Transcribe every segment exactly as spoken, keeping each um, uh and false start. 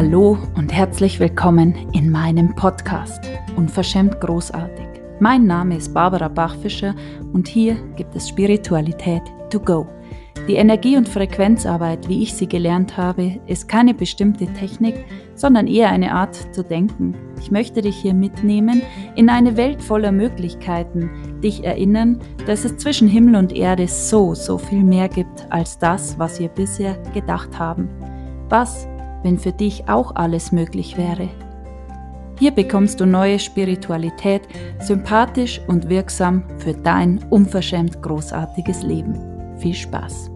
Hallo und herzlich willkommen in meinem Podcast Unverschämt großartig. Mein Name ist Barbara Bachfischer und hier gibt es Spiritualität to go. Die Energie- und Frequenzarbeit, wie ich sie gelernt habe, ist keine bestimmte Technik, sondern eher eine Art zu denken. Ich möchte dich hier mitnehmen in eine Welt voller Möglichkeiten, dich erinnern, dass es zwischen Himmel und Erde so, so viel mehr gibt als das, was wir bisher gedacht haben. Was, wenn für dich auch alles möglich wäre? Hier bekommst du neue Spiritualität, sympathisch und wirksam für dein unverschämt großartiges Leben. Viel Spaß!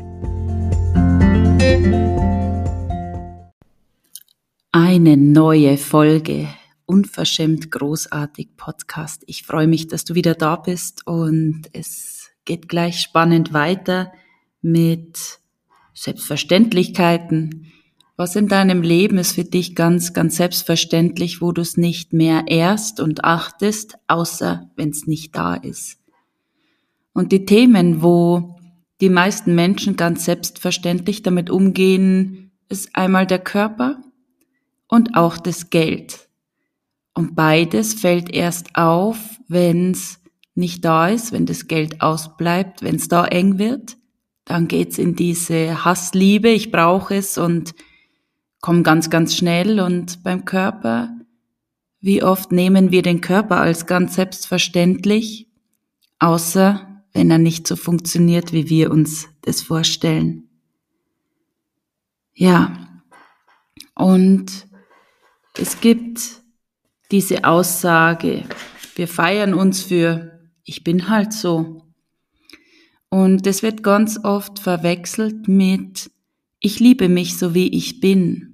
Eine neue Folge Unverschämt großartig Podcast. Ich freue mich, dass du wieder da bist und es geht gleich spannend weiter mit Selbstverständlichkeiten. Was in deinem Leben ist für dich ganz, ganz selbstverständlich, wo du es nicht mehr ehrst und achtest, außer wenn es nicht da ist. Und die Themen, wo die meisten Menschen ganz selbstverständlich damit umgehen, ist einmal der Körper und auch das Geld. Und beides fällt erst auf, wenn es nicht da ist, wenn das Geld ausbleibt, wenn es da eng wird. Dann geht's in diese Hassliebe, ich brauche es und komme ganz, ganz schnell. Und beim Körper, wie oft nehmen wir den Körper als ganz selbstverständlich, außer wenn er nicht so funktioniert, wie wir uns das vorstellen. Ja, und es gibt diese Aussage, wir feiern uns für, ich bin halt so. Und das wird ganz oft verwechselt mit, ich liebe mich so wie ich bin.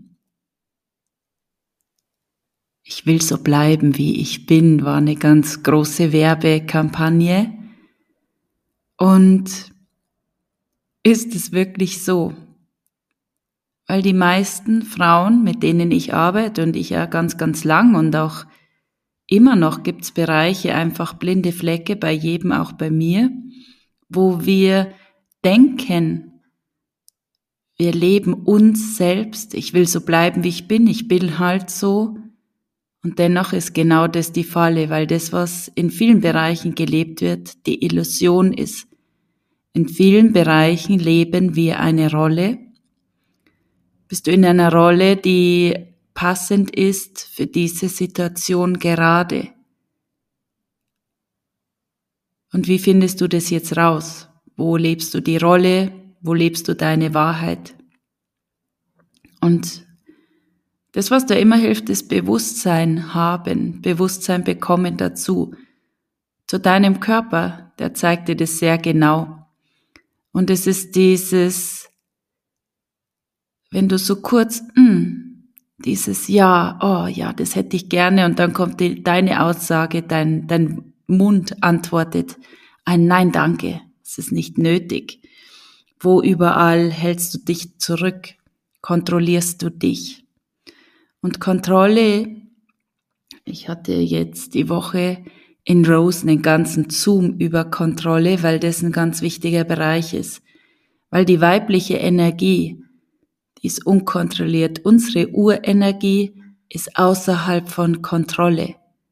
Ich will so bleiben, wie ich bin, war eine ganz große Werbekampagne. Und ist es wirklich so? Weil die meisten Frauen, mit denen ich arbeite und ich ja ganz, ganz lang und auch immer noch gibt's Bereiche, einfach blinde Flecke bei jedem, auch bei mir, wo wir denken, wir leben uns selbst, ich will so bleiben, wie ich bin, ich bin halt so. Und dennoch ist genau das die Falle, weil das, was in vielen Bereichen gelebt wird, die Illusion ist. In vielen Bereichen leben wir eine Rolle. Bist du in einer Rolle, die passend ist für diese Situation gerade? Und wie findest du das jetzt raus? Wo lebst du die Rolle? Wo lebst du deine Wahrheit? Und das, was da immer hilft, ist Bewusstsein haben, Bewusstsein bekommen dazu. Zu deinem Körper, der zeigt dir das sehr genau. Und es ist dieses, wenn du so kurz, mh, dieses Ja, oh ja, das hätte ich gerne, und dann kommt die, deine Aussage, dein, dein Mund antwortet ein Nein, danke, es ist nicht nötig. Wo überall hältst du dich zurück, kontrollierst du dich. Und Kontrolle, ich hatte jetzt die Woche in Rose einen ganzen Zoom über Kontrolle, weil das ein ganz wichtiger Bereich ist. Weil die weibliche Energie, die ist unkontrolliert. Unsere Urenergie ist außerhalb von Kontrolle.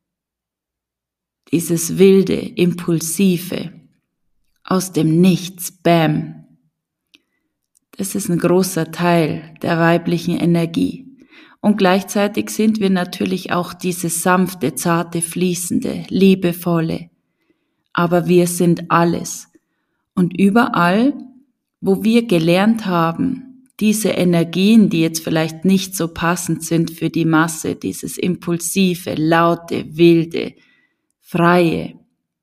Dieses wilde, impulsive, aus dem Nichts, bam. Das ist ein großer Teil der weiblichen Energie. Und gleichzeitig sind wir natürlich auch diese sanfte, zarte, fließende, liebevolle. Aber wir sind alles. Und überall, wo wir gelernt haben, diese Energien, die jetzt vielleicht nicht so passend sind für die Masse, dieses impulsive, laute, wilde, freie,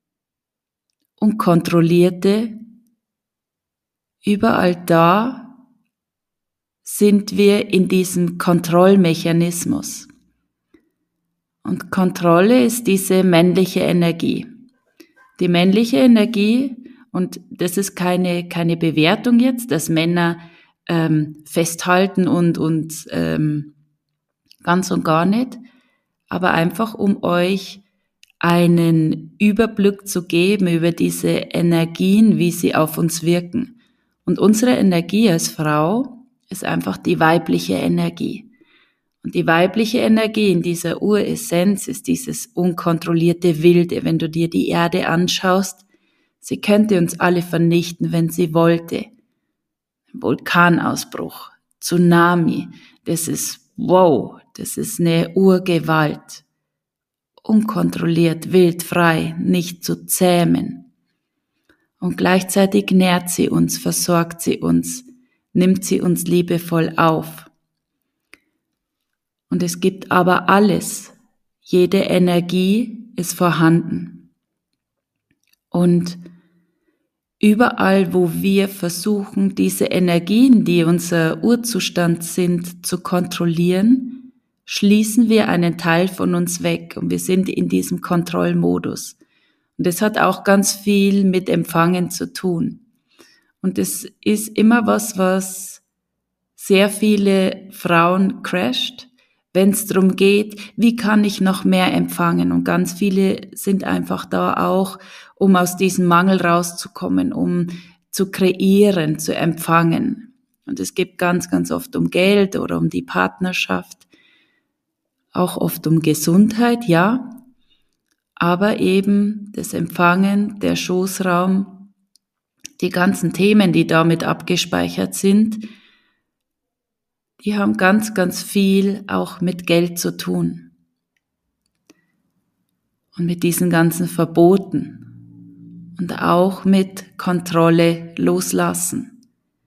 unkontrollierte, überall da sind wir in diesem Kontrollmechanismus. Und Kontrolle ist diese männliche Energie. Die männliche Energie, und das ist keine, keine Bewertung jetzt, dass Männer ähm, festhalten und, und ähm, ganz und gar nicht, aber einfach um euch einen Überblick zu geben über diese Energien, wie sie auf uns wirken. Und unsere Energie als Frau ist einfach die weibliche Energie. Und die weibliche Energie in dieser Uressenz ist dieses unkontrollierte Wilde. Wenn du dir die Erde anschaust, sie könnte uns alle vernichten, wenn sie wollte. Vulkanausbruch, Tsunami, das ist wow, das ist eine Urgewalt. Unkontrolliert, wild, frei, nicht zu zähmen. Und gleichzeitig nährt sie uns, versorgt sie uns, nimmt sie uns liebevoll auf. Und es gibt aber alles. Jede Energie ist vorhanden. Und überall, wo wir versuchen, diese Energien, die unser Urzustand sind, zu kontrollieren, schließen wir einen Teil von uns weg und wir sind in diesem Kontrollmodus. Und das hat auch ganz viel mit Empfangen zu tun. Und es ist immer was, was sehr viele Frauen crasht, wenn es darum geht, wie kann ich noch mehr empfangen? Und ganz viele sind einfach da auch, um aus diesem Mangel rauszukommen, um zu kreieren, zu empfangen. Und es geht ganz, ganz oft um Geld oder um die Partnerschaft, auch oft um Gesundheit, ja, aber eben das Empfangen, der Schoßraum, die ganzen Themen, die damit abgespeichert sind, die haben ganz, ganz viel auch mit Geld zu tun. Und mit diesen ganzen Verboten. Und auch mit Kontrolle loslassen.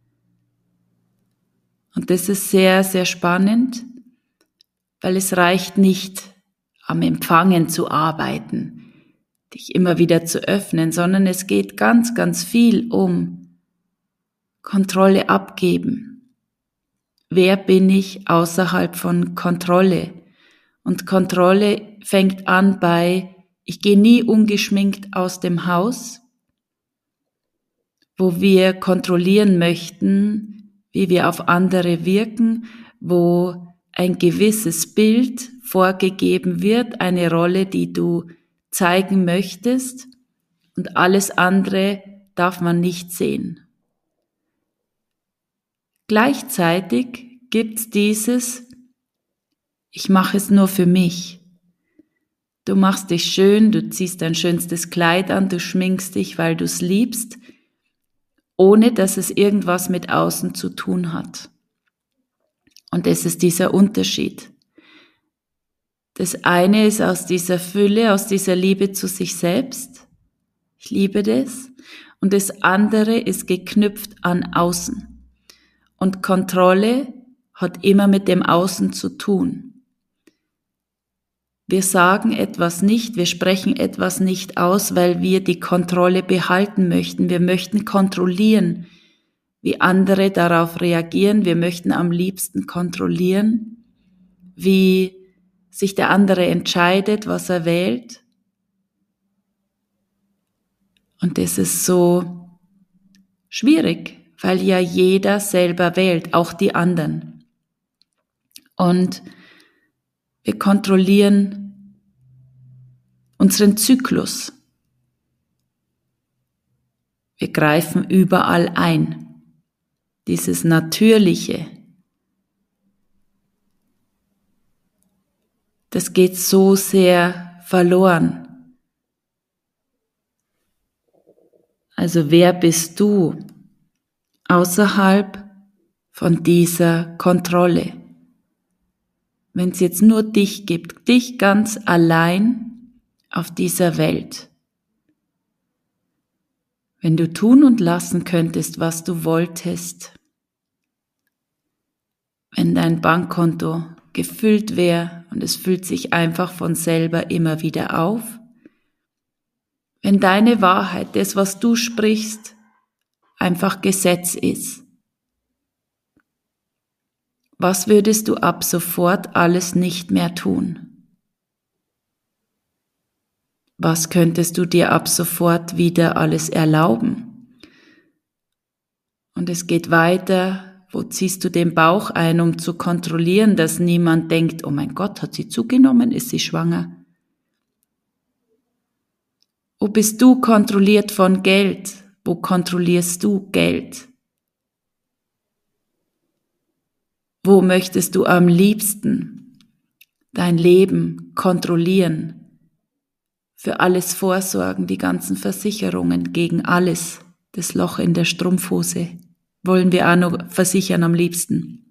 Und das ist sehr, sehr spannend, weil es reicht nicht, am Empfangen zu arbeiten, dich immer wieder zu öffnen, sondern es geht ganz, ganz viel um Kontrolle abgeben. Wer bin ich außerhalb von Kontrolle? Und Kontrolle fängt an bei, ich gehe nie ungeschminkt aus dem Haus, wo wir kontrollieren möchten, wie wir auf andere wirken, wo ein gewisses Bild vorgegeben wird, eine Rolle, die du zeigen möchtest, und alles andere darf man nicht sehen. Gleichzeitig gibt's dieses, ich mache es nur für mich. Du machst dich schön, du ziehst dein schönstes Kleid an, du schminkst dich, weil du es liebst, ohne dass es irgendwas mit außen zu tun hat. Und das ist dieser Unterschied. Das eine ist aus dieser Fülle, aus dieser Liebe zu sich selbst. Ich liebe das. Und das andere ist geknüpft an Außen. Und Kontrolle hat immer mit dem Außen zu tun. Wir sagen etwas nicht, wir sprechen etwas nicht aus, weil wir die Kontrolle behalten möchten. Wir möchten kontrollieren, wie andere darauf reagieren. Wir möchten am liebsten kontrollieren, wie sich der andere entscheidet, was er wählt. Und das ist so schwierig, weil ja jeder selber wählt, auch die anderen. Und wir kontrollieren unseren Zyklus. Wir greifen überall ein. Dieses Natürliche, das geht so sehr verloren. Also wer bist du außerhalb von dieser Kontrolle? Wenn es jetzt nur dich gibt, dich ganz allein auf dieser Welt. Wenn du tun und lassen könntest, was du wolltest. Wenn dein Bankkonto gefüllt wäre und es füllt sich einfach von selber immer wieder auf. Wenn deine Wahrheit, das, was du sprichst, einfach Gesetz ist. Was würdest du ab sofort alles nicht mehr tun? Was könntest du dir ab sofort wieder alles erlauben? Und es geht weiter, wo ziehst du den Bauch ein, um zu kontrollieren, dass niemand denkt, oh mein Gott, hat sie zugenommen, ist sie schwanger? Wo bist du kontrolliert von Geld? Wo kontrollierst du Geld? Wo möchtest du am liebsten dein Leben kontrollieren, für alles vorsorgen, die ganzen Versicherungen gegen alles, das Loch in der Strumpfhose, wollen wir auch noch versichern am liebsten.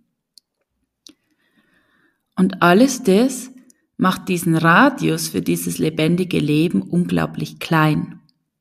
Und alles das macht diesen Radius für dieses lebendige Leben unglaublich klein.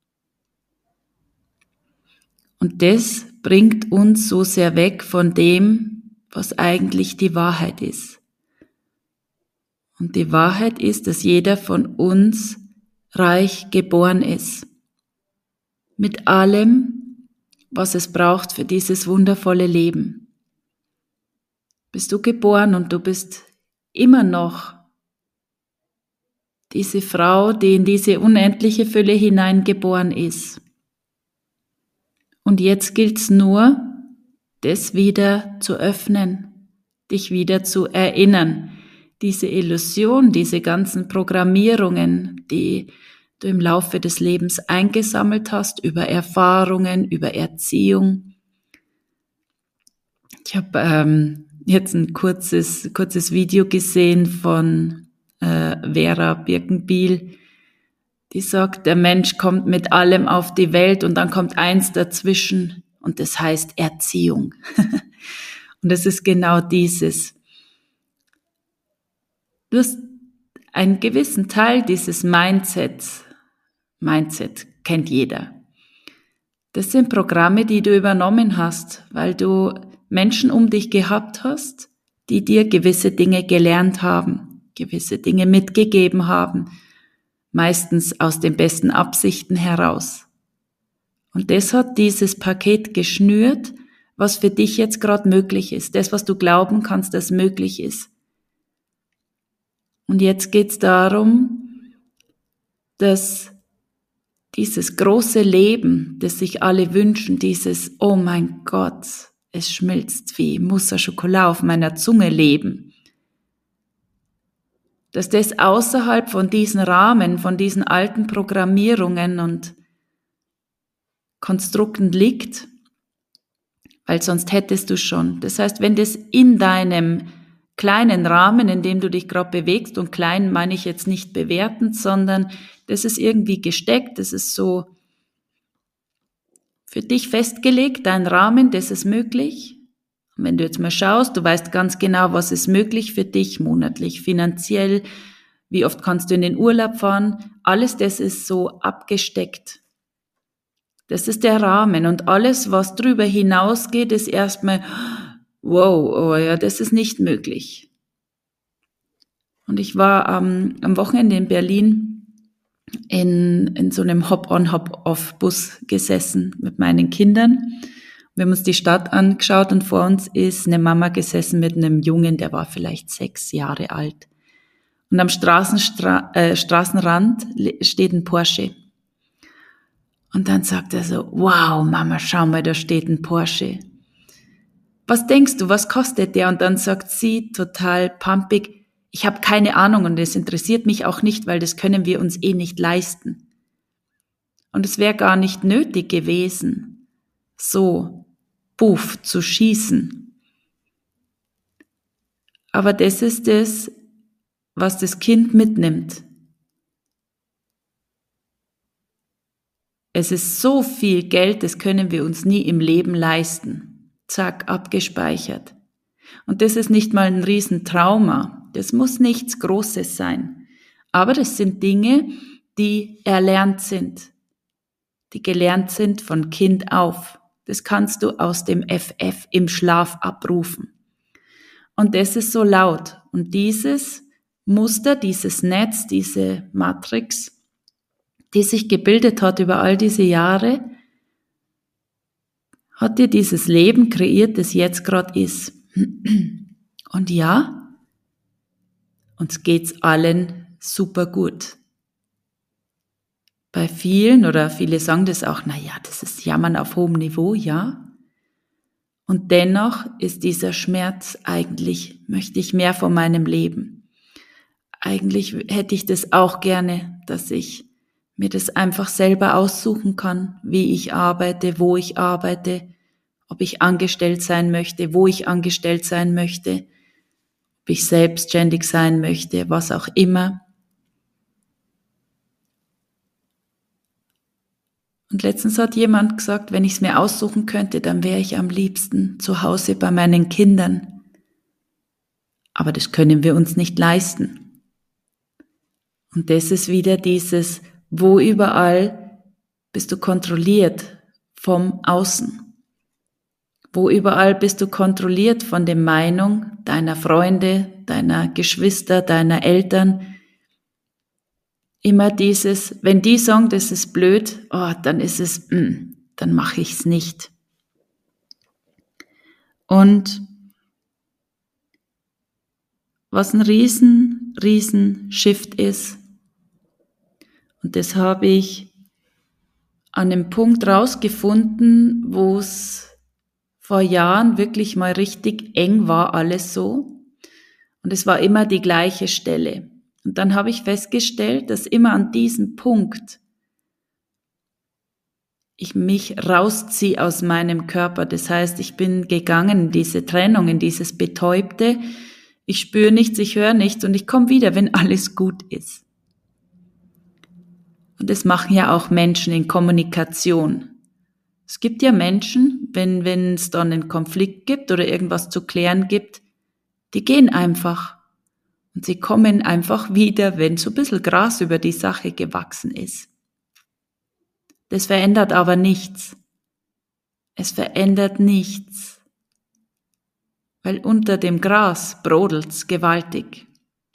Und das bringt uns so sehr weg von dem, was eigentlich die Wahrheit ist. Und die Wahrheit ist, dass jeder von uns reich geboren ist. Mit allem, was es braucht für dieses wundervolle Leben. Bist du geboren und du bist immer noch diese Frau, die in diese unendliche Fülle hineingeboren ist. Und jetzt gilt's nur, das wieder zu öffnen, dich wieder zu erinnern. Diese Illusion, diese ganzen Programmierungen, die du im Laufe des Lebens eingesammelt hast, über Erfahrungen, über Erziehung. Ich habe ähm, jetzt ein kurzes, kurzes Video gesehen von äh, Vera Birkenbiel, die sagt, der Mensch kommt mit allem auf die Welt und dann kommt eins dazwischen und das heißt Erziehung. Und das ist genau dieses. Du hast einen gewissen Teil dieses Mindsets, Mindset kennt jeder. Das sind Programme, die du übernommen hast, weil du Menschen um dich gehabt hast, die dir gewisse Dinge gelernt haben, gewisse Dinge mitgegeben haben, meistens aus den besten Absichten heraus. Und das hat dieses Paket geschnürt, was für dich jetzt gerade möglich ist, das, was du glauben kannst, dass möglich ist. Und jetzt geht's darum, dass dieses große Leben, das sich alle wünschen, dieses, oh mein Gott, es schmilzt wie Mousse à Chocolat auf meiner Zunge leben, dass das außerhalb von diesen Rahmen, von diesen alten Programmierungen und Konstrukten liegt, weil sonst hättest du schon. Das heißt, wenn das in deinem kleinen Rahmen, in dem du dich gerade bewegst, und klein meine ich jetzt nicht bewertend, sondern das ist irgendwie gesteckt, das ist so für dich festgelegt, dein Rahmen, das ist möglich. Und wenn du jetzt mal schaust, du weißt ganz genau, was ist möglich für dich, monatlich, finanziell, wie oft kannst du in den Urlaub fahren, alles das ist so abgesteckt. Das ist der Rahmen und alles, was drüber hinausgeht, ist erstmal, wow, oh ja, das ist nicht möglich. Und ich war ähm, am Wochenende in Berlin in, in so einem Hop-on, Hop-off-Bus gesessen mit meinen Kindern. Wir haben uns die Stadt angeschaut und vor uns ist eine Mama gesessen mit einem Jungen, der war vielleicht sechs Jahre alt. Und am Straßenstra- äh, Straßenrand steht ein Porsche. Und dann sagt er so, wow, Mama, schau mal, da steht ein Porsche. Was denkst du, was kostet der? Und dann sagt sie total pumpig, ich habe keine Ahnung und es interessiert mich auch nicht, weil das können wir uns eh nicht leisten. Und es wäre gar nicht nötig gewesen, so puff zu schießen. Aber das ist es, was das Kind mitnimmt. Es ist so viel Geld, das können wir uns nie im Leben leisten. Zack, abgespeichert. Und das ist nicht mal ein Riesentrauma. Das muss nichts Großes sein. Aber das sind Dinge, die erlernt sind. Die gelernt sind von Kind auf. Das kannst du aus dem F F im Schlaf abrufen. Und das ist so laut. Und dieses Muster, dieses Netz, diese Matrix, die sich gebildet hat über all diese Jahre, hat dir dieses Leben kreiert, das jetzt gerade ist. Und ja, uns geht's allen super gut. Bei vielen, oder viele sagen das auch, na ja, das ist Jammern auf hohem Niveau, ja. Und dennoch ist dieser Schmerz eigentlich, möchte ich mehr von meinem Leben. Eigentlich hätte ich das auch gerne, dass ich mir das einfach selber aussuchen kann, wie ich arbeite, wo ich arbeite, ob ich angestellt sein möchte, wo ich angestellt sein möchte, ob ich selbstständig sein möchte, was auch immer. Und letztens hat jemand gesagt, wenn ich es mir aussuchen könnte, dann wäre ich am liebsten zu Hause bei meinen Kindern. Aber das können wir uns nicht leisten. Und das ist wieder dieses, wo überall bist du kontrolliert vom Außen. Wo überall bist du kontrolliert von der Meinung deiner Freunde, deiner Geschwister, deiner Eltern. Immer dieses, wenn die sagen, das ist blöd, oh, dann ist es, mh, dann mache ich es nicht. Und was ein riesen, riesen Shift ist, und das habe ich an einem Punkt rausgefunden, wo es vor Jahren wirklich mal richtig eng war, alles so. Und es war immer die gleiche Stelle. Und dann habe ich festgestellt, dass immer an diesem Punkt ich mich rausziehe aus meinem Körper. Das heißt, ich bin gegangen in diese Trennung, in dieses Betäubte. Ich spüre nichts, ich höre nichts und ich komme wieder, wenn alles gut ist. Und das machen ja auch Menschen in Kommunikation. Es gibt ja Menschen, wenn wenn es dann einen Konflikt gibt oder irgendwas zu klären gibt, die gehen einfach. Und sie kommen einfach wieder, wenn so ein bisschen Gras über die Sache gewachsen ist. Das verändert aber nichts. Es verändert nichts. Weil unter dem Gras brodelt's gewaltig.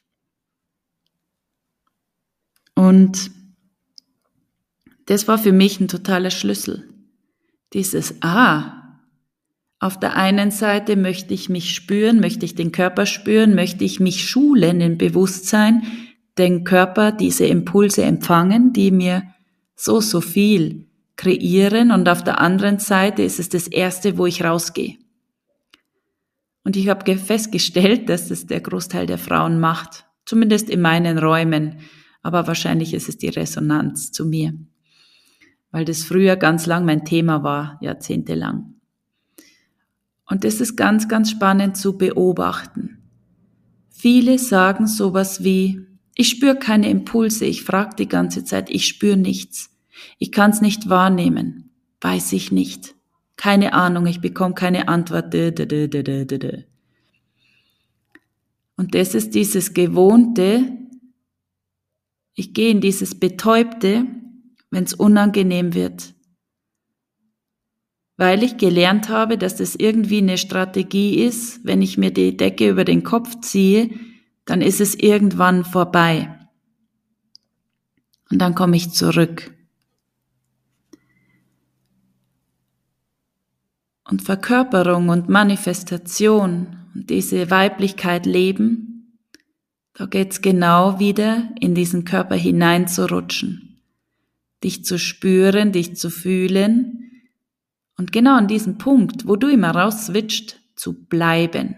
Und das war für mich ein totaler Schlüssel. Dieses, ah, auf der einen Seite möchte ich mich spüren, möchte ich den Körper spüren, möchte ich mich schulen im Bewusstsein, den Körper, diese Impulse empfangen, die mir so, so viel kreieren. Und auf der anderen Seite ist es das Erste, wo ich rausgehe. Und ich habe festgestellt, dass das der Großteil der Frauen macht, zumindest in meinen Räumen. Aber wahrscheinlich ist es die Resonanz zu mir, weil das früher ganz lang mein Thema war, jahrzehntelang. Und das ist ganz, ganz spannend zu beobachten. Viele sagen sowas wie, ich spüre keine Impulse, ich frage die ganze Zeit, ich spüre nichts. Ich kann es nicht wahrnehmen, weiß ich nicht. Keine Ahnung, ich bekomme keine Antwort. Und das ist dieses Gewohnte, ich gehe in dieses Betäubte, wenn es unangenehm wird. Weil ich gelernt habe, dass das irgendwie eine Strategie ist, wenn ich mir die Decke über den Kopf ziehe, dann ist es irgendwann vorbei. Und dann komme ich zurück. Und Verkörperung und Manifestation und diese Weiblichkeit leben, da geht's genau wieder in diesen Körper hineinzurutschen, dich zu spüren, dich zu fühlen und genau an diesem Punkt, wo du immer rausswitcht, zu bleiben.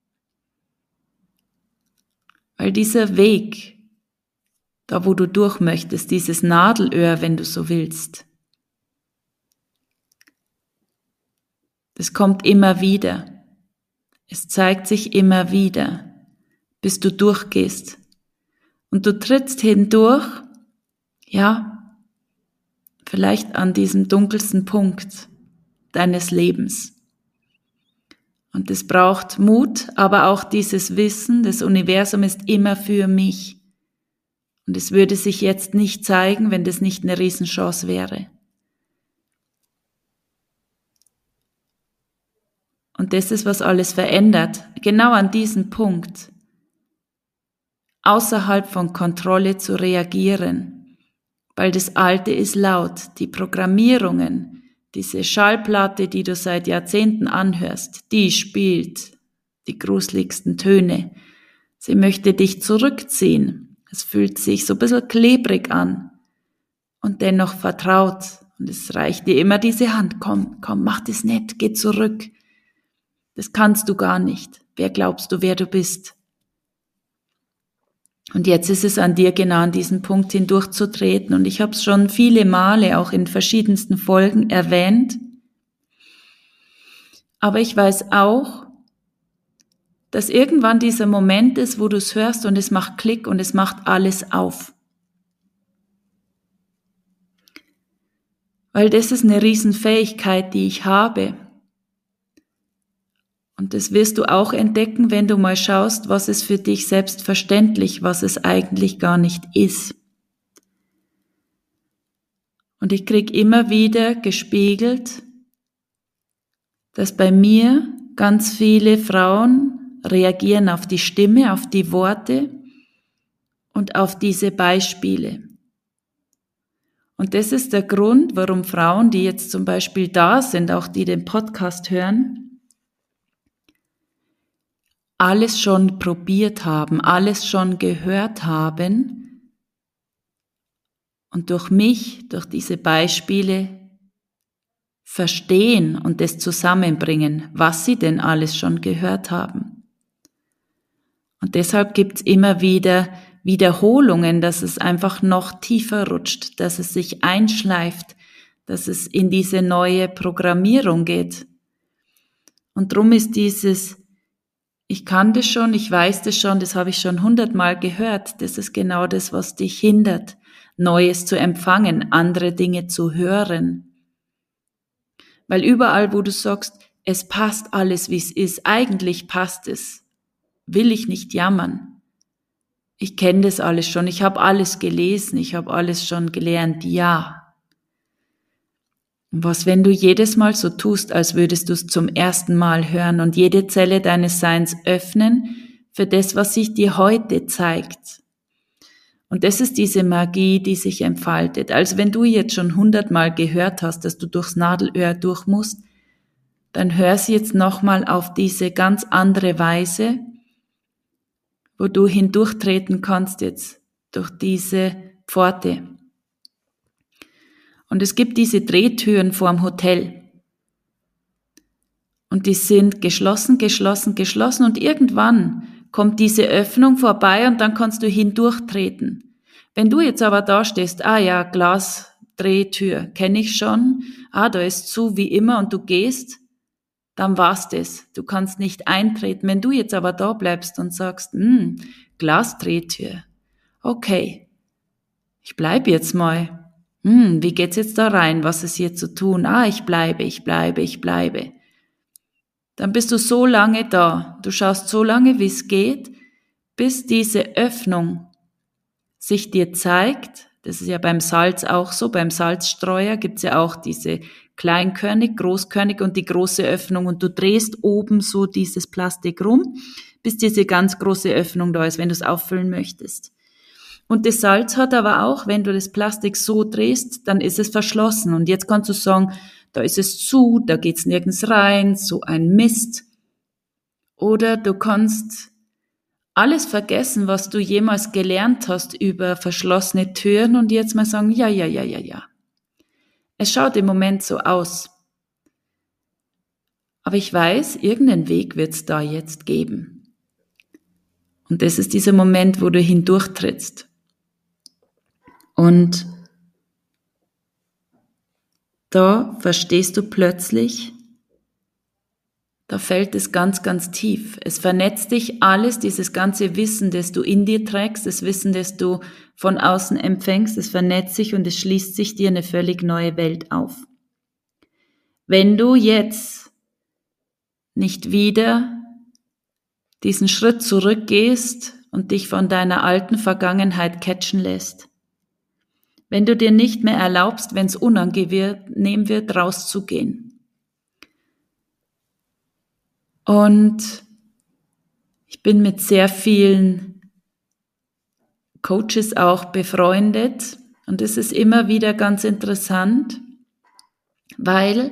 Weil dieser Weg, da wo du durch möchtest, dieses Nadelöhr, wenn du so willst, das kommt immer wieder. Es zeigt sich immer wieder, bis du durchgehst. Und du trittst hindurch, ja, vielleicht an diesem dunkelsten Punkt deines Lebens. Und es braucht Mut, aber auch dieses Wissen, das Universum ist immer für mich. Und es würde sich jetzt nicht zeigen, wenn das nicht eine Riesenchance wäre. Und das ist, was alles verändert, genau an diesem Punkt, außerhalb von Kontrolle zu reagieren, weil das Alte ist laut, die Programmierungen, diese Schallplatte, die du seit Jahrzehnten anhörst, die spielt die gruseligsten Töne. Sie möchte dich zurückziehen, es fühlt sich so ein bisschen klebrig an und dennoch vertraut und es reicht dir immer diese Hand, komm, komm, mach das nicht, geh zurück. Das kannst du gar nicht. Wer glaubst du, wer du bist? Und jetzt ist es an dir, genau an diesen Punkt hindurchzutreten. Und ich habe es schon viele Male, auch in verschiedensten Folgen erwähnt. Aber ich weiß auch, dass irgendwann dieser Moment ist, wo du es hörst und es macht Klick und es macht alles auf. Weil das ist eine Riesenfähigkeit, die ich habe. Und das wirst du auch entdecken, wenn du mal schaust, was ist für dich selbstverständlich, was es eigentlich gar nicht ist. Und ich krieg immer wieder gespiegelt, dass bei mir ganz viele Frauen reagieren auf die Stimme, auf die Worte und auf diese Beispiele. Und das ist der Grund, warum Frauen, die jetzt zum Beispiel da sind, auch die den Podcast hören, alles schon probiert haben, alles schon gehört haben und durch mich, durch diese Beispiele verstehen und das zusammenbringen, was sie denn alles schon gehört haben. Und deshalb gibt's immer wieder Wiederholungen, dass es einfach noch tiefer rutscht, dass es sich einschleift, dass es in diese neue Programmierung geht. Und drum ist dieses, ich kann das schon, ich weiß das schon, das habe ich schon hundertmal gehört, das ist genau das, was dich hindert, Neues zu empfangen, andere Dinge zu hören. Weil überall, wo du sagst, es passt alles, wie es ist, eigentlich passt es, will ich nicht jammern. Ich kenne das alles schon, ich habe alles gelesen, ich habe alles schon gelernt, ja. Und was, wenn du jedes Mal so tust, als würdest du es zum ersten Mal hören und jede Zelle deines Seins öffnen für das, was sich dir heute zeigt? Und das ist diese Magie, die sich entfaltet. Also wenn du jetzt schon hundertmal gehört hast, dass du durchs Nadelöhr durch musst, dann hör sie jetzt nochmal auf diese ganz andere Weise, wo du hindurchtreten kannst jetzt durch diese Pforte. Und es gibt diese Drehtüren vorm Hotel. Und die sind geschlossen, geschlossen, geschlossen und irgendwann kommt diese Öffnung vorbei und dann kannst du hindurchtreten. Wenn du jetzt aber da stehst, ah ja, Glasdrehtür, kenne ich schon, ah, da ist zu wie immer und du gehst, dann war's das. Du kannst nicht eintreten. Wenn du jetzt aber da bleibst und sagst, hm, Glasdrehtür, okay, ich bleib jetzt mal. Hm, wie geht's jetzt da rein? Was ist hier zu tun? Ah, ich bleibe, ich bleibe, ich bleibe. Dann bist du so lange da. Du schaust so lange, wie es geht, bis diese Öffnung sich dir zeigt. Das ist ja beim Salz auch so. Beim Salzstreuer gibt's ja auch diese Kleinkörnig, Großkörnig und die große Öffnung. Und du drehst oben so dieses Plastik rum, bis diese ganz große Öffnung da ist, wenn du es auffüllen möchtest. Und das Salz hat aber auch, wenn du das Plastik so drehst, dann ist es verschlossen. Und jetzt kannst du sagen, da ist es zu, da geht's nirgends rein, so ein Mist. Oder du kannst alles vergessen, was du jemals gelernt hast über verschlossene Türen und jetzt mal sagen, ja, ja, ja, ja, ja. Es schaut im Moment so aus. Aber ich weiß, irgendeinen Weg wird's da jetzt geben. Und das ist dieser Moment, wo du hindurchtrittst. Und da verstehst du plötzlich, da fällt es ganz, ganz tief. Es vernetzt dich alles, dieses ganze Wissen, das du in dir trägst, das Wissen, das du von außen empfängst, es vernetzt sich und es schließt sich dir eine völlig neue Welt auf. Wenn du jetzt nicht wieder diesen Schritt zurückgehst und dich von deiner alten Vergangenheit catchen lässt, wenn du dir nicht mehr erlaubst, wenn es unangenehm wird, rauszugehen. Und ich bin mit sehr vielen Coaches auch befreundet und es ist immer wieder ganz interessant, weil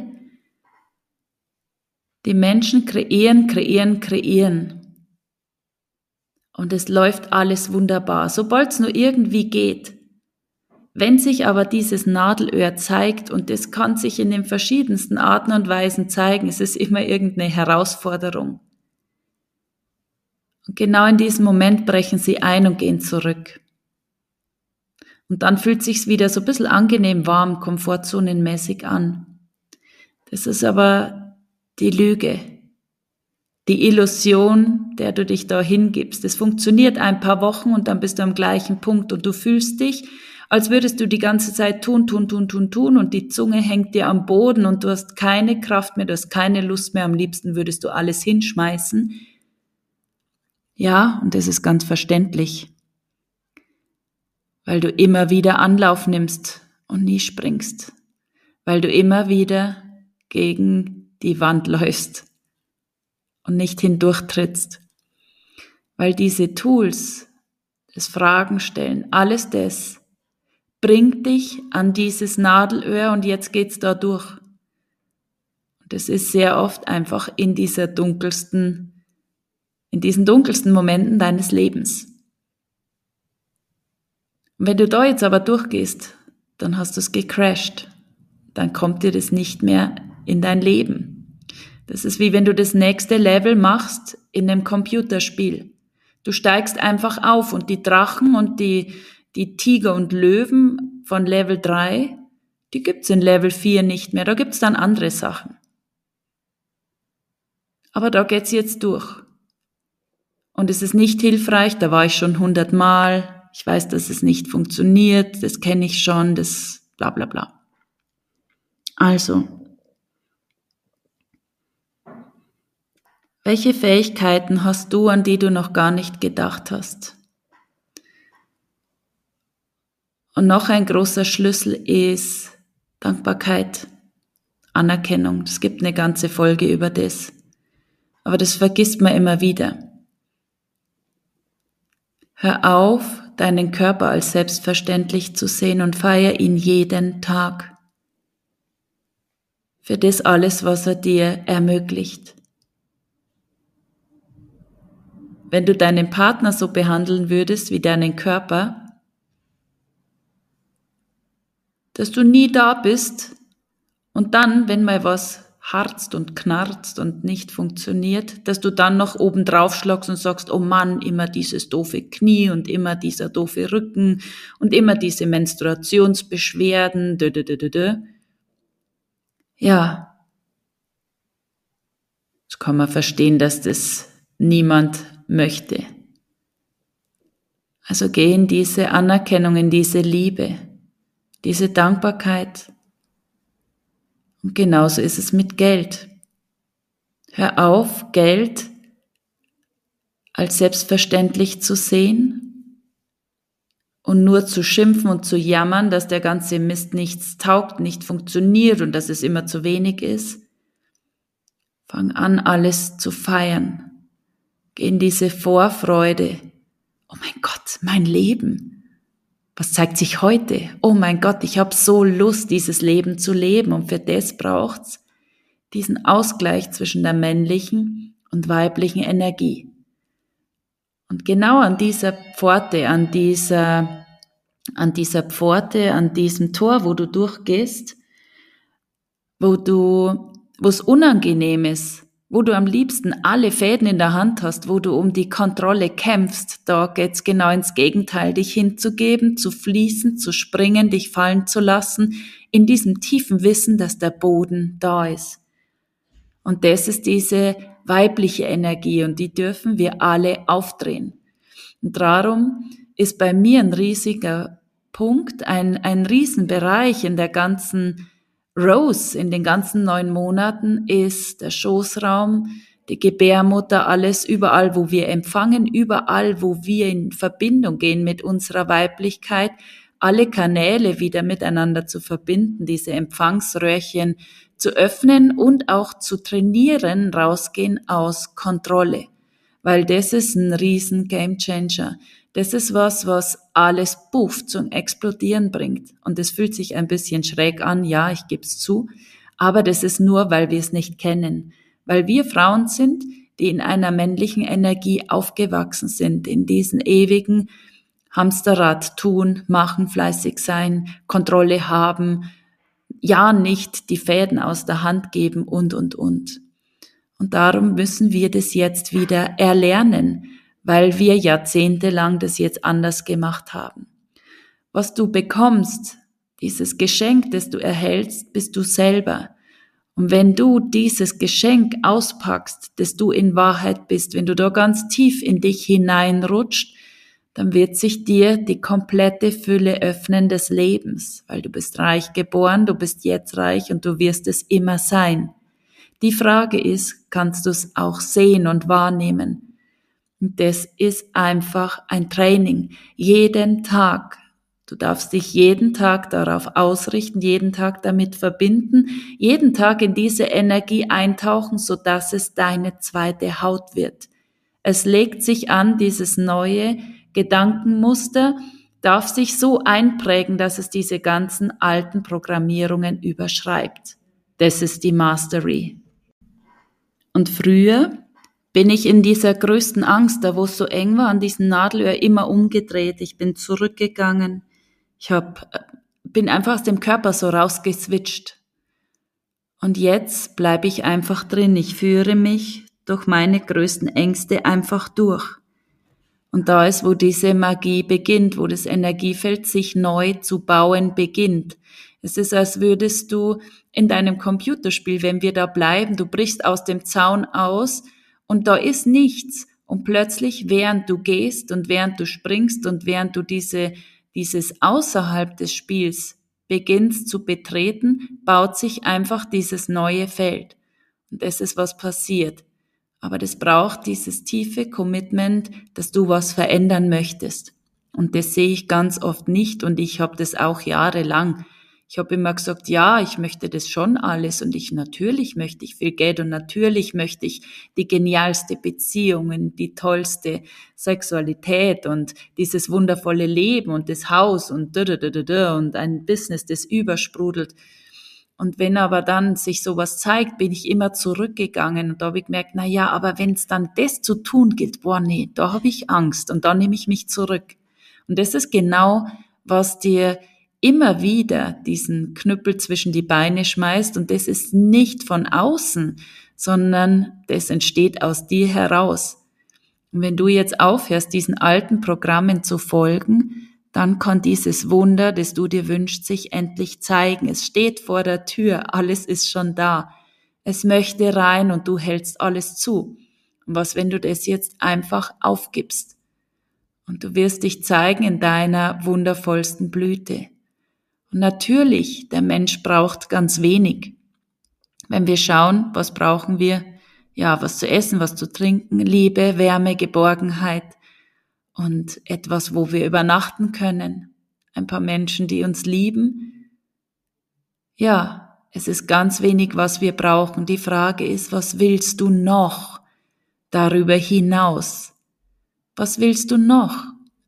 die Menschen kreieren, kreieren, kreieren und es läuft alles wunderbar, sobald es nur irgendwie geht. Wenn sich aber dieses Nadelöhr zeigt, und das kann sich in den verschiedensten Arten und Weisen zeigen, es ist immer irgendeine Herausforderung. Und genau in diesem Moment brechen sie ein und gehen zurück. Und dann fühlt sich's wieder so ein bisschen angenehm warm, komfortzonenmäßig an. Das ist aber die Lüge. die Illusion, der du dich da hingibst. Es funktioniert ein paar Wochen und dann bist du am gleichen Punkt und du fühlst dich, als würdest du die ganze Zeit tun, tun, tun, tun, tun und die Zunge hängt dir am Boden und du hast keine Kraft mehr, du hast keine Lust mehr, am liebsten würdest du alles hinschmeißen. Ja, und das ist ganz verständlich, weil du immer wieder Anlauf nimmst und nie springst, weil du immer wieder gegen die Wand läufst und nicht hindurchtrittst, weil diese Tools, das Fragen stellen, alles das bringt dich an dieses Nadelöhr und jetzt geht's da durch. Und das ist sehr oft einfach in dieser dunkelsten, in diesen dunkelsten Momenten deines Lebens. Und wenn du da jetzt aber durchgehst, dann hast du es gecrashed. Dann kommt dir das nicht mehr in dein Leben. Das ist wie wenn du das nächste Level machst in einem Computerspiel. Du steigst einfach auf und die Drachen und die, die Tiger und Löwen von Level drei, die gibt's in Level vier nicht mehr. Da gibt's dann andere Sachen. Aber da geht's jetzt durch. Und es ist nicht hilfreich, da war ich schon hundertmal, ich weiß, dass es nicht funktioniert, das kenne ich schon, das bla bla bla. Also, welche Fähigkeiten hast du, an die du noch gar nicht gedacht hast? Und noch ein großer Schlüssel ist Dankbarkeit, Anerkennung. Es gibt eine ganze Folge über das. Aber das vergisst man immer wieder. Hör auf, deinen Körper als selbstverständlich zu sehen und feier ihn jeden Tag. Für das alles, was er dir ermöglicht. Wenn du deinen Partner so behandeln würdest wie deinen Körper, dass du nie da bist und dann, wenn mal was harzt und knarzt und nicht funktioniert, dass du dann noch oben drauf schlagst und sagst, oh Mann, immer dieses doofe Knie und immer dieser doofe Rücken und immer diese Menstruationsbeschwerden, dö, dö, dö, dö, dö. Ja, das kann man verstehen, dass das niemand möchte. Also geh in diese Anerkennung, in diese Liebe, diese Dankbarkeit. Und genauso ist es mit Geld. Hör auf, Geld als selbstverständlich zu sehen und nur zu schimpfen und zu jammern, dass der ganze Mist nichts taugt, nicht funktioniert und dass es immer zu wenig ist. Fang an, alles zu feiern. Geh in diese Vorfreude. Oh mein Gott, mein Leben. Was zeigt sich heute? Oh mein Gott, ich habe so Lust, dieses Leben zu leben und für das braucht's diesen Ausgleich zwischen der männlichen und weiblichen Energie. Und genau an dieser Pforte, an dieser, an dieser Pforte, an diesem Tor, wo du durchgehst, wo du, wo es unangenehm ist, wo du am liebsten alle Fäden in der Hand hast, wo du um die Kontrolle kämpfst, da geht's genau ins Gegenteil, dich hinzugeben, zu fließen, zu springen, dich fallen zu lassen, in diesem tiefen Wissen, dass der Boden da ist. Und das ist diese weibliche Energie und die dürfen wir alle aufdrehen. Und darum ist bei mir ein riesiger Punkt, ein, ein Riesenbereich in der ganzen Rose, in den ganzen neun Monaten ist der Schoßraum, die Gebärmutter, alles überall, wo wir empfangen, überall, wo wir in Verbindung gehen mit unserer Weiblichkeit, alle Kanäle wieder miteinander zu verbinden, diese Empfangsröhrchen zu öffnen und auch zu trainieren, rausgehen aus Kontrolle. Weil das ist ein riesen Gamechanger. Das ist was, was alles puff zum Explodieren bringt. Und es fühlt sich ein bisschen schräg an, ja, ich gebe es zu. Aber das ist nur, weil wir es nicht kennen. Weil wir Frauen sind, die in einer männlichen Energie aufgewachsen sind, in diesen ewigen Hamsterrad tun, machen, fleißig sein, Kontrolle haben, ja nicht die Fäden aus der Hand geben und, und, und. Und darum müssen wir das jetzt wieder erlernen, weil wir jahrzehntelang das jetzt anders gemacht haben. Was du bekommst, dieses Geschenk, das du erhältst, bist du selber. Und wenn du dieses Geschenk auspackst, das du in Wahrheit bist, wenn du da ganz tief in dich hineinrutscht, dann wird sich dir die komplette Fülle öffnen des Lebens, weil du bist reich geboren, du bist jetzt reich und du wirst es immer sein. Die Frage ist, kannst du es auch sehen und wahrnehmen? Und das ist einfach ein Training, jeden Tag. Du darfst dich jeden Tag darauf ausrichten, jeden Tag damit verbinden, jeden Tag in diese Energie eintauchen, sodass es deine zweite Haut wird. Es legt sich an, dieses neue Gedankenmuster darf sich so einprägen, dass es diese ganzen alten Programmierungen überschreibt. Das ist die Mastery. Und früher bin ich in dieser größten Angst, da wo es so eng war, an diesem Nadelöhr immer umgedreht. Ich bin zurückgegangen. Ich hab, bin einfach aus dem Körper so rausgeswitcht. Und jetzt bleibe ich einfach drin. Ich führe mich durch meine größten Ängste einfach durch. Und da ist, wo diese Magie beginnt, wo das Energiefeld sich neu zu bauen beginnt. Es ist, als würdest du in deinem Computerspiel, wenn wir da bleiben, du brichst aus dem Zaun aus und da ist nichts. Und plötzlich, während du gehst und während du springst und während du diese, dieses außerhalb des Spiels beginnst zu betreten, baut sich einfach dieses neue Feld. Und das ist, was passiert. Aber das braucht dieses tiefe Commitment, dass du was verändern möchtest. Und das sehe ich ganz oft nicht und ich habe das auch jahrelang. Ich habe immer gesagt, ja, ich möchte das schon alles und ich natürlich möchte ich viel Geld und natürlich möchte ich die genialste Beziehungen, die tollste Sexualität und dieses wundervolle Leben und das Haus und da, da, da, da, da und ein Business, das übersprudelt. Und wenn aber dann sich sowas zeigt, bin ich immer zurückgegangen und da habe ich gemerkt, na ja, aber wenn es dann das zu tun gilt, boah nee, da habe ich Angst und dann nehme ich mich zurück. Und das ist genau, was dir immer wieder diesen Knüppel zwischen die Beine schmeißt und das ist nicht von außen, sondern das entsteht aus dir heraus. Und wenn du jetzt aufhörst, diesen alten Programmen zu folgen, dann kann dieses Wunder, das du dir wünschst, sich endlich zeigen. Es steht vor der Tür, alles ist schon da. Es möchte rein und du hältst alles zu. Und was, wenn du das jetzt einfach aufgibst? Und du wirst dich zeigen in deiner wundervollsten Blüte. Und natürlich, der Mensch braucht ganz wenig. Wenn wir schauen, was brauchen wir? Ja, was zu essen, was zu trinken, Liebe, Wärme, Geborgenheit. Und etwas, wo wir übernachten können. Ein paar Menschen, die uns lieben. Ja, es ist ganz wenig, was wir brauchen. Die Frage ist, was willst du noch darüber hinaus? Was willst du noch?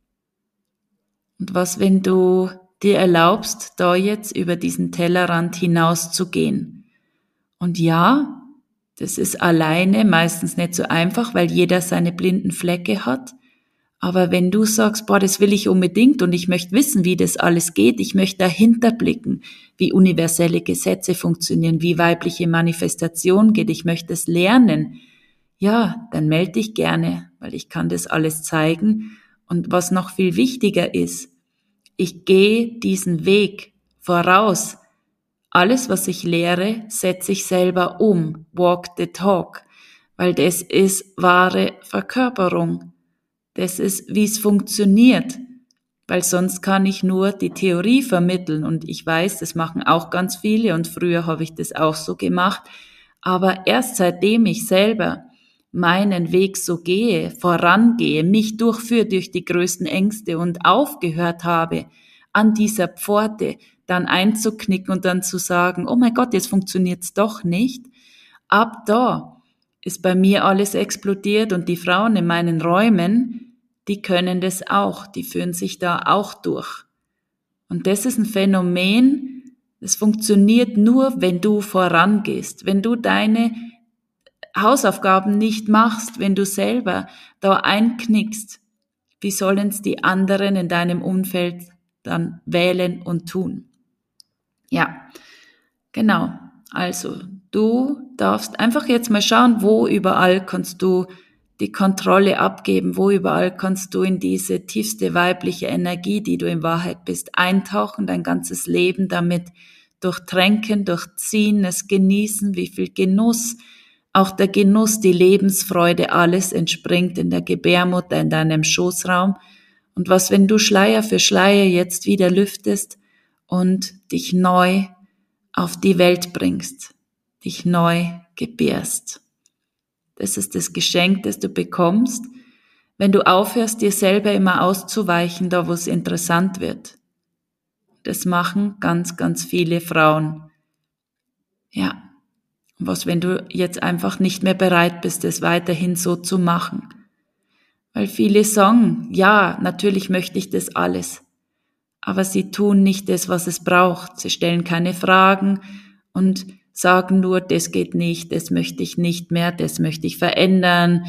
Und was, wenn du dir erlaubst, da jetzt über diesen Tellerrand hinauszugehen? Und ja, das ist alleine meistens nicht so einfach, weil jeder seine blinden Flecke hat. Aber wenn du sagst, boah, das will ich unbedingt und ich möchte wissen, wie das alles geht, ich möchte dahinter blicken, wie universelle Gesetze funktionieren, wie weibliche Manifestation geht, ich möchte es lernen, ja, dann melde dich gerne, weil ich kann das alles zeigen. Und was noch viel wichtiger ist, ich gehe diesen Weg voraus. Alles, was ich lehre, setze ich selber um, walk the talk, weil das ist wahre Verkörperung. Das ist, wie es funktioniert, weil sonst kann ich nur die Theorie vermitteln und ich weiß, das machen auch ganz viele und früher habe ich das auch so gemacht, aber erst seitdem ich selber meinen Weg so gehe, vorangehe, mich durchführe durch die größten Ängste und aufgehört habe, an dieser Pforte dann einzuknicken und dann zu sagen, oh mein Gott, jetzt funktioniert's doch nicht, ab da ist bei mir alles explodiert und die Frauen in meinen Räumen, die können das auch, die führen sich da auch durch. Und das ist ein Phänomen, das funktioniert nur, wenn du vorangehst, wenn du deine Hausaufgaben nicht machst, wenn du selber da einknickst. Wie sollen es die anderen in deinem Umfeld dann wählen und tun? Ja, genau. Also, du darfst einfach jetzt mal schauen, wo überall kannst du die Kontrolle abgeben, wo überall kannst du in diese tiefste weibliche Energie, die du in Wahrheit bist, eintauchen, dein ganzes Leben damit durchtränken, durchziehen, es genießen, wie viel Genuss, auch der Genuss, die Lebensfreude, alles entspringt in der Gebärmutter, in deinem Schoßraum. Und was, wenn du Schleier für Schleier jetzt wieder lüftest und dich neu auf die Welt bringst, dich neu gebärst. Das ist das Geschenk, das du bekommst, wenn du aufhörst, dir selber immer auszuweichen, da wo es interessant wird. Das machen ganz, ganz viele Frauen. Ja, was, wenn du jetzt einfach nicht mehr bereit bist, es weiterhin so zu machen? Weil viele sagen, ja, natürlich möchte ich das alles, aber sie tun nicht das, was es braucht. Sie stellen keine Fragen und sagen nur, das geht nicht, das möchte ich nicht mehr, das möchte ich verändern.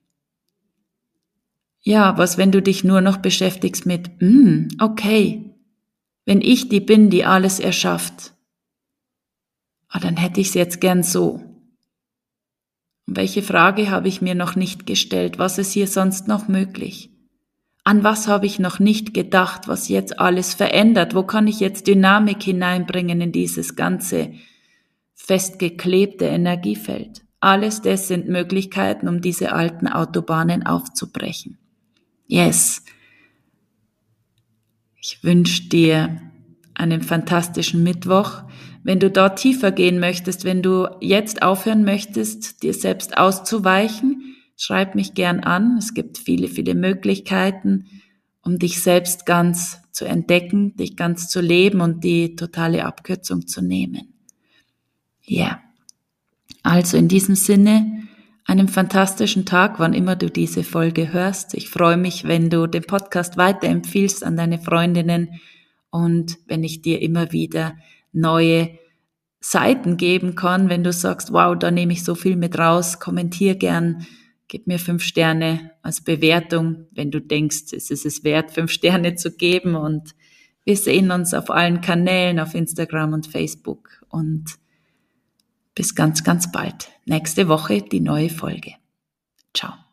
Ja, was, wenn du dich nur noch beschäftigst mit, hm, okay, wenn ich die bin, die alles erschafft, ah, dann hätte ich es jetzt gern so. Und welche Frage habe ich mir noch nicht gestellt? Was ist hier sonst noch möglich? An was habe ich noch nicht gedacht, was jetzt alles verändert? Wo kann ich jetzt Dynamik hineinbringen in dieses ganze festgeklebte Energiefeld? Alles das sind Möglichkeiten, um diese alten Autobahnen aufzubrechen. Yes. Ich wünsche dir einen fantastischen Mittwoch. Wenn du dort tiefer gehen möchtest, wenn du jetzt aufhören möchtest, dir selbst auszuweichen, schreib mich gern an. Es gibt viele, viele Möglichkeiten, um dich selbst ganz zu entdecken, dich ganz zu leben und die totale Abkürzung zu nehmen. Ja, yeah. Also in diesem Sinne, einen fantastischen Tag, wann immer du diese Folge hörst. Ich freue mich, wenn du den Podcast weiterempfiehlst an deine Freundinnen und wenn ich dir immer wieder neue Seiten geben kann, wenn du sagst, wow, da nehme ich so viel mit raus, kommentier gern, gib mir fünf Sterne als Bewertung, wenn du denkst, es ist es wert, fünf Sterne zu geben, und wir sehen uns auf allen Kanälen, auf Instagram und Facebook, und bis ganz, ganz bald. Nächste Woche die neue Folge. Ciao.